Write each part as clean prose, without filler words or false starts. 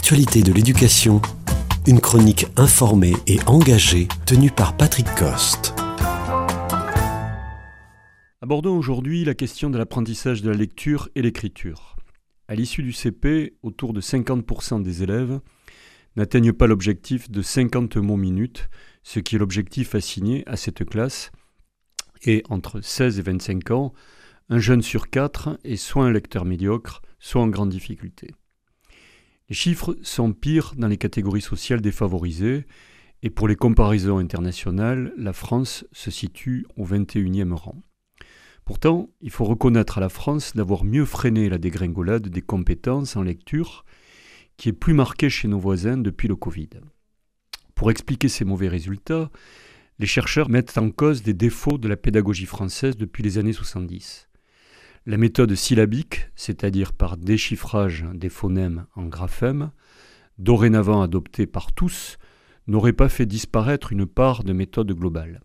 l'actualité de l'éducation, une chronique informée et engagée tenue par Patrick Coste. Abordons aujourd'hui la question de l'apprentissage de la lecture et l'écriture. À l'issue du CP, autour de 50% des élèves n'atteignent pas l'objectif de 50 mots minutes, ce qui est l'objectif assigné à cette classe. Et entre 16 et 25 ans, un jeune sur 4 est soit un lecteur médiocre, soit en grande difficulté. Les chiffres sont pires dans les catégories sociales défavorisées, et pour les comparaisons internationales, la France se situe au 21e rang. Pourtant, il faut reconnaître à la France d'avoir mieux freiné la dégringolade des compétences en lecture, qui est plus marquée chez nos voisins depuis le Covid. Pour expliquer ces mauvais résultats, les chercheurs mettent en cause des défauts de la pédagogie française depuis les années 70. La méthode syllabique, c'est-à-dire par déchiffrage des phonèmes en graphèmes, dorénavant adoptée par tous, n'aurait pas fait disparaître une part de méthode globale.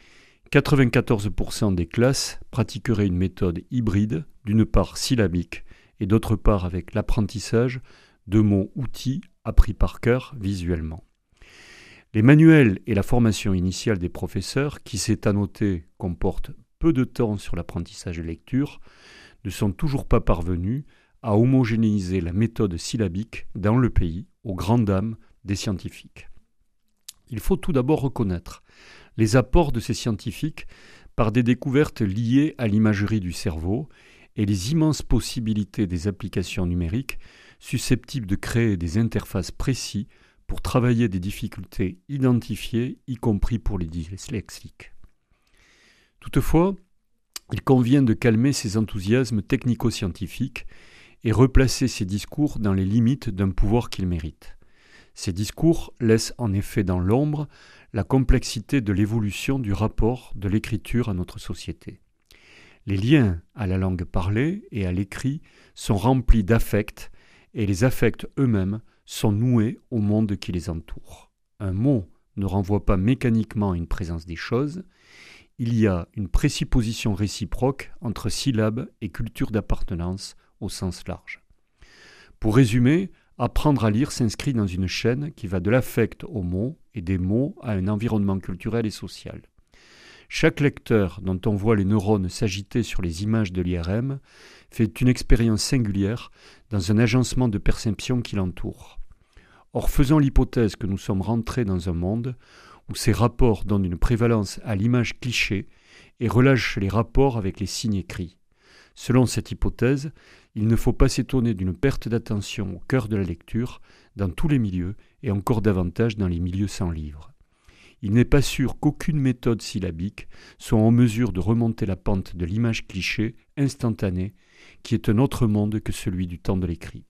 94% des classes pratiqueraient une méthode hybride, d'une part syllabique et d'autre part avec l'apprentissage de mots-outils appris par cœur visuellement. Les manuels et la formation initiale des professeurs, qui s'est annoté comportent peu de temps sur l'apprentissage de lecture, ne sont toujours pas parvenus à homogénéiser la méthode syllabique dans le pays, aux grandes dames des scientifiques. Il faut tout d'abord reconnaître les apports de ces scientifiques par des découvertes liées à l'imagerie du cerveau et les immenses possibilités des applications numériques susceptibles de créer des interfaces précises pour travailler des difficultés identifiées, y compris pour les dyslexiques. Toutefois, il convient de calmer ces enthousiasmes technico-scientifiques et replacer ces discours dans les limites d'un pouvoir qu'ils méritent. Ces discours laissent en effet dans l'ombre la complexité de l'évolution du rapport de l'écriture à notre société. Les liens à la langue parlée et à l'écrit sont remplis d'affects et les affects eux-mêmes sont noués au monde qui les entoure. Un mot ne renvoie pas mécaniquement à une présence des choses. Il y a une présupposition réciproque entre syllabes et culture d'appartenance au sens large. Pour résumer, apprendre à lire s'inscrit dans une chaîne qui va de l'affect aux mots et des mots à un environnement culturel et social. Chaque lecteur dont on voit les neurones s'agiter sur les images de l'IRM fait une expérience singulière dans un agencement de perception qui l'entoure. Or, faisons l'hypothèse que nous sommes rentrés dans un monde où ces rapports donnent une prévalence à l'image cliché et relâchent les rapports avec les signes écrits. Selon cette hypothèse, il ne faut pas s'étonner d'une perte d'attention au cœur de la lecture dans tous les milieux et encore davantage dans les milieux sans livre. Il n'est pas sûr qu'aucune méthode syllabique soit en mesure de remonter la pente de l'image cliché instantanée qui est un autre monde que celui du temps de l'écrit.